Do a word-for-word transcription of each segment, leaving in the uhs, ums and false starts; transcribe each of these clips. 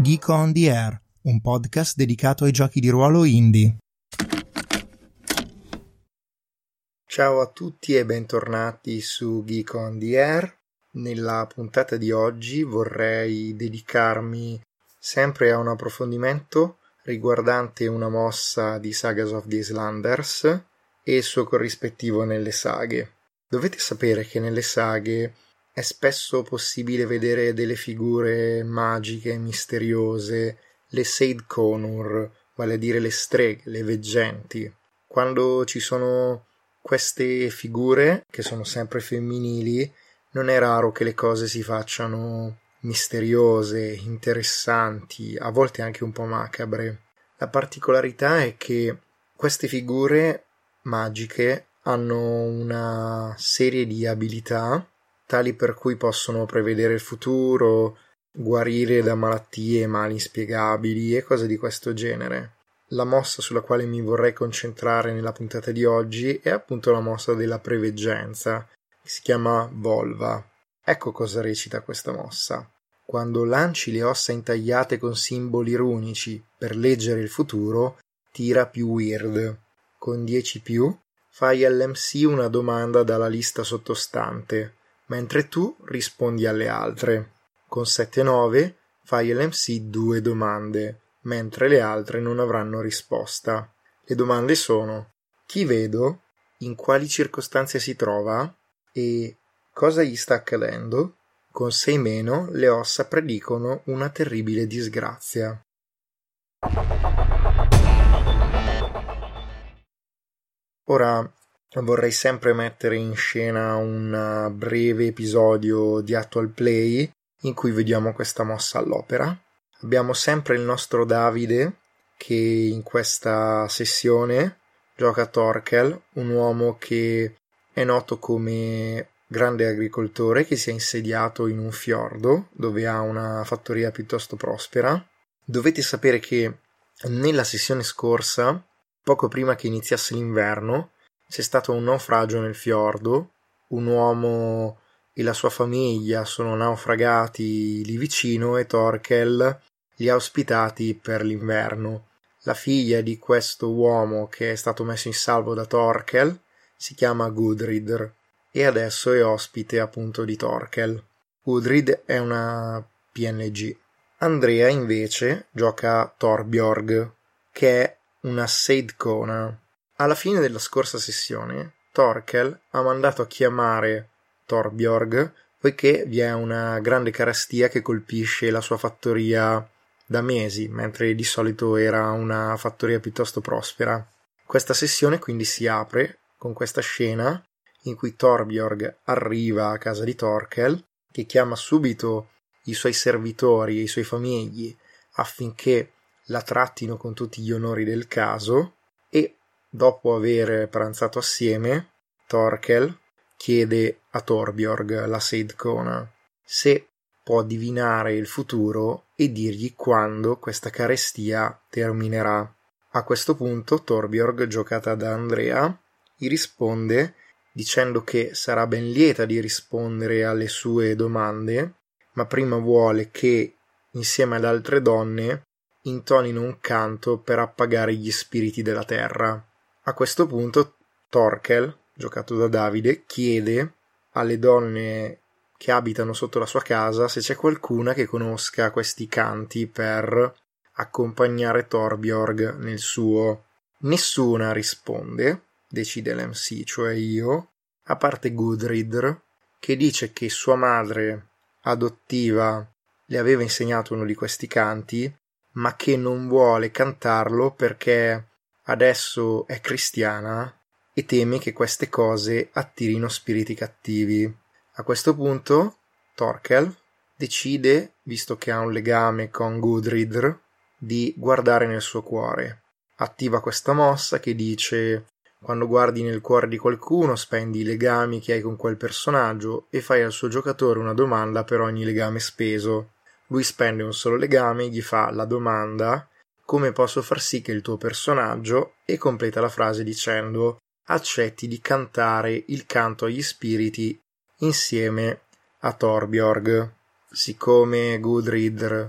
Geek on the Air, un podcast dedicato ai giochi di ruolo indie. Ciao a tutti e bentornati su Geek on the Air. Nella puntata di oggi vorrei dedicarmi sempre a un approfondimento riguardante una mossa di Sagas of the Islanders e il suo corrispettivo nelle saghe. Dovete sapere che nelle saghe è spesso possibile vedere delle figure magiche, misteriose, le Seid Conur, vale a dire le streghe, le veggenti. Quando ci sono queste figure, che sono sempre femminili, non è raro che le cose si facciano misteriose, interessanti, a volte anche un po' macabre. La particolarità è che queste figure magiche hanno una serie di abilità tali per cui possono prevedere il futuro, guarire da malattie e mali inspiegabili e cose di questo genere. La mossa sulla quale mi vorrei concentrare nella puntata di oggi è appunto la mossa della preveggenza, che si chiama Volva. Ecco cosa recita questa mossa. Quando lanci le ossa intagliate con simboli runici per leggere il futuro, tira più weird. Con dieci più, fai all'M C una domanda dalla lista sottostante, mentre tu rispondi alle altre. Con sette nove, fai all'M C due domande, mentre le altre non avranno risposta. Le domande sono: chi vedo? In quali circostanze si trova? E cosa gli sta accadendo? Con sei meno, le ossa predicono una terribile disgrazia. Ora vorrei sempre mettere in scena un breve episodio di Actual Play in cui vediamo questa mossa all'opera. Abbiamo sempre il nostro Davide che in questa sessione gioca Torkel, un uomo che è noto come grande agricoltore che si è insediato in un fiordo dove ha una fattoria piuttosto prospera. Dovete sapere che nella sessione scorsa, poco prima che iniziasse l'inverno, c'è stato un naufragio nel fiordo, un uomo e la sua famiglia sono naufragati lì vicino e Torkel li ha ospitati per l'inverno. La figlia di questo uomo che è stato messo in salvo da Torkel si chiama Gudrid e adesso è ospite appunto di Torkel. Gudrid è una P N G. Andrea invece gioca Torbjorg, che è una Seid Kona. Alla fine della scorsa sessione Torkel ha mandato a chiamare Torbjorg poiché vi è una grande carestia che colpisce la sua fattoria da mesi, mentre di solito era una fattoria piuttosto prospera. Questa sessione quindi si apre con questa scena in cui Torbjorg arriva a casa di Torkel, che chiama subito i suoi servitori e i suoi famigli affinché la trattino con tutti gli onori del caso e, dopo aver pranzato assieme, Torkel chiede a Torbjorg, la Seid Kona, se può divinare il futuro e dirgli quando questa carestia terminerà. A questo punto Torbjorg, giocata da Andrea, gli risponde dicendo che sarà ben lieta di rispondere alle sue domande, ma prima vuole che, insieme ad altre donne, intonino un canto per appagare gli spiriti della terra. A questo punto Torkel, giocato da Davide, chiede alle donne che abitano sotto la sua casa se c'è qualcuna che conosca questi canti per accompagnare Torbjorg nel suo. Nessuna risponde, decide l'M C, cioè io, a parte Gudrid, che dice che sua madre adottiva le aveva insegnato uno di questi canti, ma che non vuole cantarlo perché adesso è cristiana e teme che queste cose attirino spiriti cattivi. A questo punto Torkel decide, visto che ha un legame con Gudrid, di guardare nel suo cuore. Attiva questa mossa che dice: quando guardi nel cuore di qualcuno spendi i legami che hai con quel personaggio e fai al suo giocatore una domanda per ogni legame speso. Lui spende un solo legame, gli fa la domanda: come posso far sì che il tuo personaggio, e completa la frase dicendo: accetti di cantare il canto agli spiriti insieme a Torbjorg. Siccome Gudrid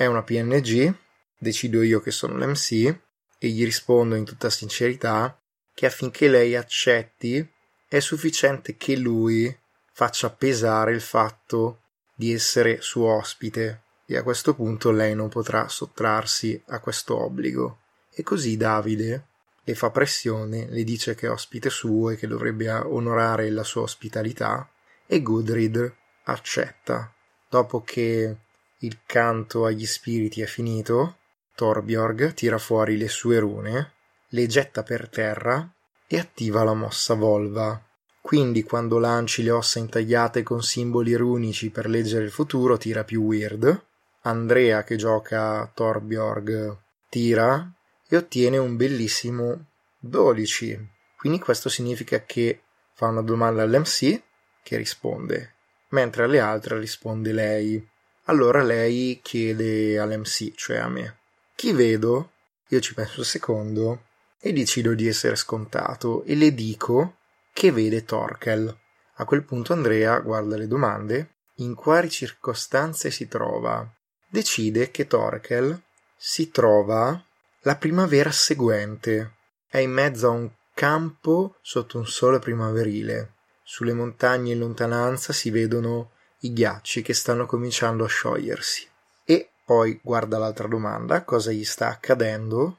è una P N G, decido io che sono l'M C e gli rispondo in tutta sincerità che affinché lei accetti è sufficiente che lui faccia pesare il fatto di essere suo ospite e a questo punto lei non potrà sottrarsi a questo obbligo. E così Davide le fa pressione, le dice che è ospite suo e che dovrebbe onorare la sua ospitalità e Gudrid accetta. Dopo che il canto agli spiriti è finito, Torbjorg tira fuori le sue rune, le getta per terra e attiva la mossa Volva. Quindi quando lanci le ossa intagliate con simboli runici per leggere il futuro tira più weird. Andrea, che gioca Torbjorg, tira e ottiene un bellissimo dodici. Quindi questo significa che fa una domanda all'M C che risponde, mentre alle altre risponde lei. Allora lei chiede all'M C, cioè a me, chi vedo? Io ci penso un secondo e decido di essere scontato e le dico che vede Torkel. A quel punto Andrea guarda le domande, in quali circostanze si trova. Decide che Torkel si trova la primavera seguente. È in mezzo a un campo sotto un sole primaverile. Sulle montagne in lontananza si vedono i ghiacci che stanno cominciando a sciogliersi. E poi guarda l'altra domanda, cosa gli sta accadendo,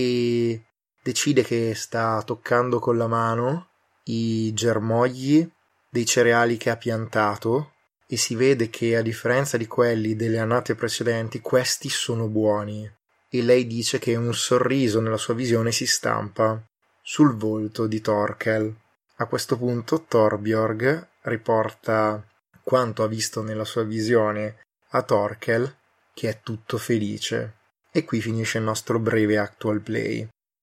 e decide che sta toccando con la mano i germogli dei cereali che ha piantato e si vede che a differenza di quelli delle annate precedenti questi sono buoni e lei dice che un sorriso nella sua visione si stampa sul volto di Torkel. A questo punto Torbjorg riporta quanto ha visto nella sua visione a Torkel, che è tutto felice. E qui finisce il nostro breve actual play.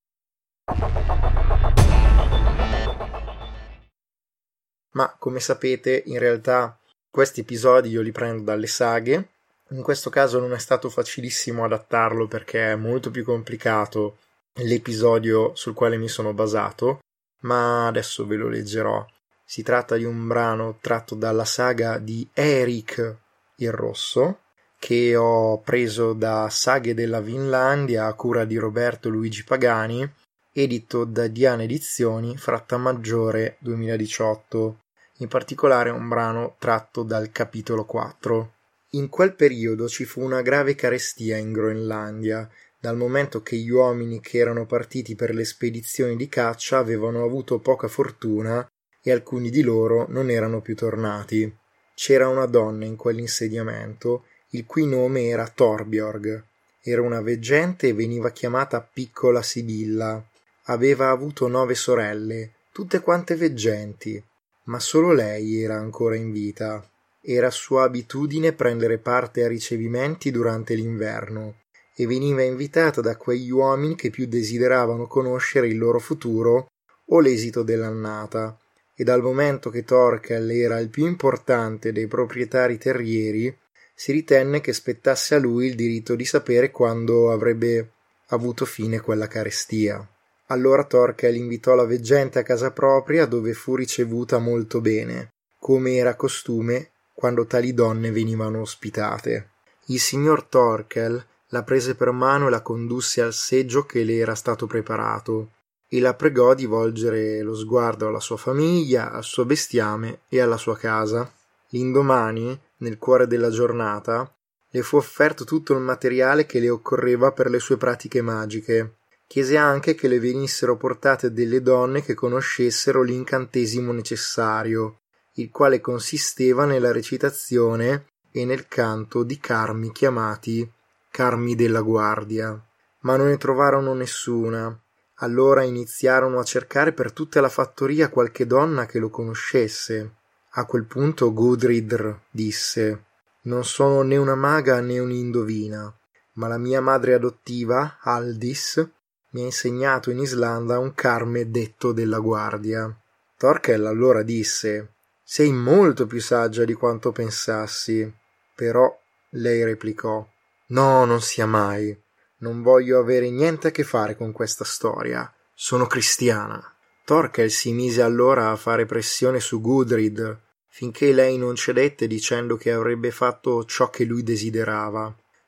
Ma come sapete, in realtà questi episodi io li prendo dalle saghe. In questo caso non è stato facilissimo adattarlo perché è molto più complicato l'episodio sul quale mi sono basato, ma adesso ve lo leggerò. Si tratta di un brano tratto dalla saga di Erik il Rosso, che ho preso da Saghe della Vinlandia a cura di Roberto Luigi Pagani, edito da Diana Edizioni, Frattamaggiore duemiladiciotto. In particolare un brano tratto dal capitolo quattro. In quel periodo ci fu una grave carestia in Groenlandia, dal momento che gli uomini che erano partiti per le spedizioni di caccia avevano avuto poca fortuna e alcuni di loro non erano più tornati. C'era una donna in quell'insediamento, il cui nome era Torbjorg. Era una veggente e veniva chiamata Piccola Sibilla. Aveva avuto nove sorelle, tutte quante veggenti, ma solo lei era ancora in vita. Era sua abitudine prendere parte a ricevimenti durante l'inverno e veniva invitata da quegli uomini che più desideravano conoscere il loro futuro o l'esito dell'annata, e dal momento che Torkel era il più importante dei proprietari terrieri, si ritenne che spettasse a lui il diritto di sapere quando avrebbe avuto fine quella carestia. Allora Torkel invitò la veggente a casa propria, dove fu ricevuta molto bene, come era costume quando tali donne venivano ospitate. Il signor Torkel la prese per mano e la condusse al seggio che le era stato preparato e la pregò di volgere lo sguardo alla sua famiglia, al suo bestiame e alla sua casa. L'indomani, nel cuore della giornata, le fu offerto tutto il materiale che le occorreva per le sue pratiche magiche. Chiese anche che le venissero portate delle donne che conoscessero l'incantesimo necessario, il quale consisteva nella recitazione e nel canto di carmi chiamati carmi della guardia. Ma non ne trovarono nessuna. Allora iniziarono a cercare per tutta la fattoria qualche donna che lo conoscesse. A quel punto Gudrid disse: «Non sono né una maga né un'indovina, ma la mia madre adottiva, Aldis, mi ha insegnato in Islanda un carme detto della guardia». Torkel allora disse: «Sei molto più saggia di quanto pensassi». Però lei replicò: «No, non sia mai. Non voglio avere niente a che fare con questa storia. Sono cristiana». Torkel si mise allora a fare pressione su Gudrid, finché lei non cedette dicendo che avrebbe fatto ciò che lui desiderava.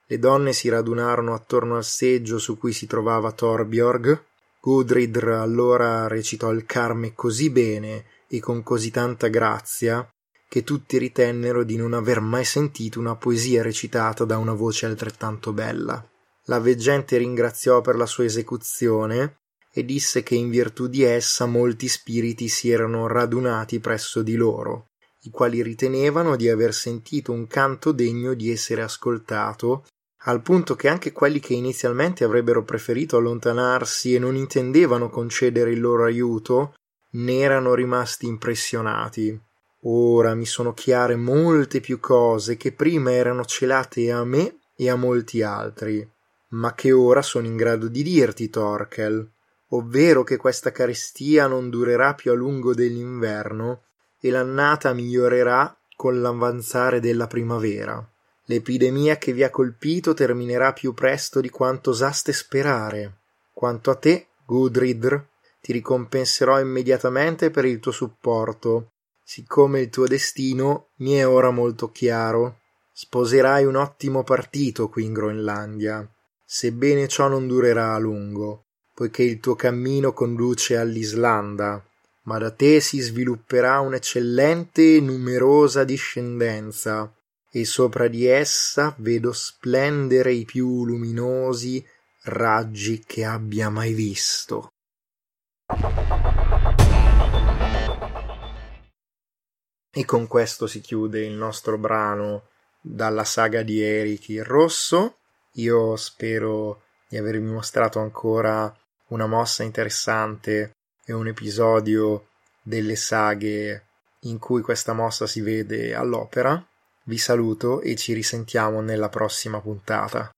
Le donne si radunarono attorno al seggio su cui si trovava Thorbjorg. Gudridr allora recitò il Carme così bene e con così tanta grazia che tutti ritennero di non aver mai sentito una poesia recitata da una voce altrettanto bella. La veggente ringraziò per la sua esecuzione e disse che in virtù di essa molti spiriti si erano radunati presso di loro, i quali ritenevano di aver sentito un canto degno di essere ascoltato, al punto che anche quelli che inizialmente avrebbero preferito allontanarsi e non intendevano concedere il loro aiuto, ne erano rimasti impressionati. Ora mi sono chiare molte più cose che prima erano celate a me e a molti altri, ma che ora sono in grado di dirti, Thorkel, ovvero che questa carestia non durerà più a lungo dell'inverno e l'annata migliorerà con l'avanzare della primavera. L'epidemia che vi ha colpito terminerà più presto di quanto osaste sperare. Quanto a te, Gudridr, ti ricompenserò immediatamente per il tuo supporto, siccome il tuo destino mi è ora molto chiaro. Sposerai un ottimo partito qui in Groenlandia, sebbene ciò non durerà a lungo, poiché il tuo cammino conduce all'Islanda, ma da te si svilupperà un'eccellente e numerosa discendenza, e sopra di essa vedo splendere i più luminosi raggi che abbia mai visto. E con questo si chiude il nostro brano dalla saga di Erik il Rosso. Io spero di avervi mostrato ancora una mossa interessante e un episodio delle saghe in cui questa mossa si vede all'opera. Vi saluto e ci risentiamo nella prossima puntata.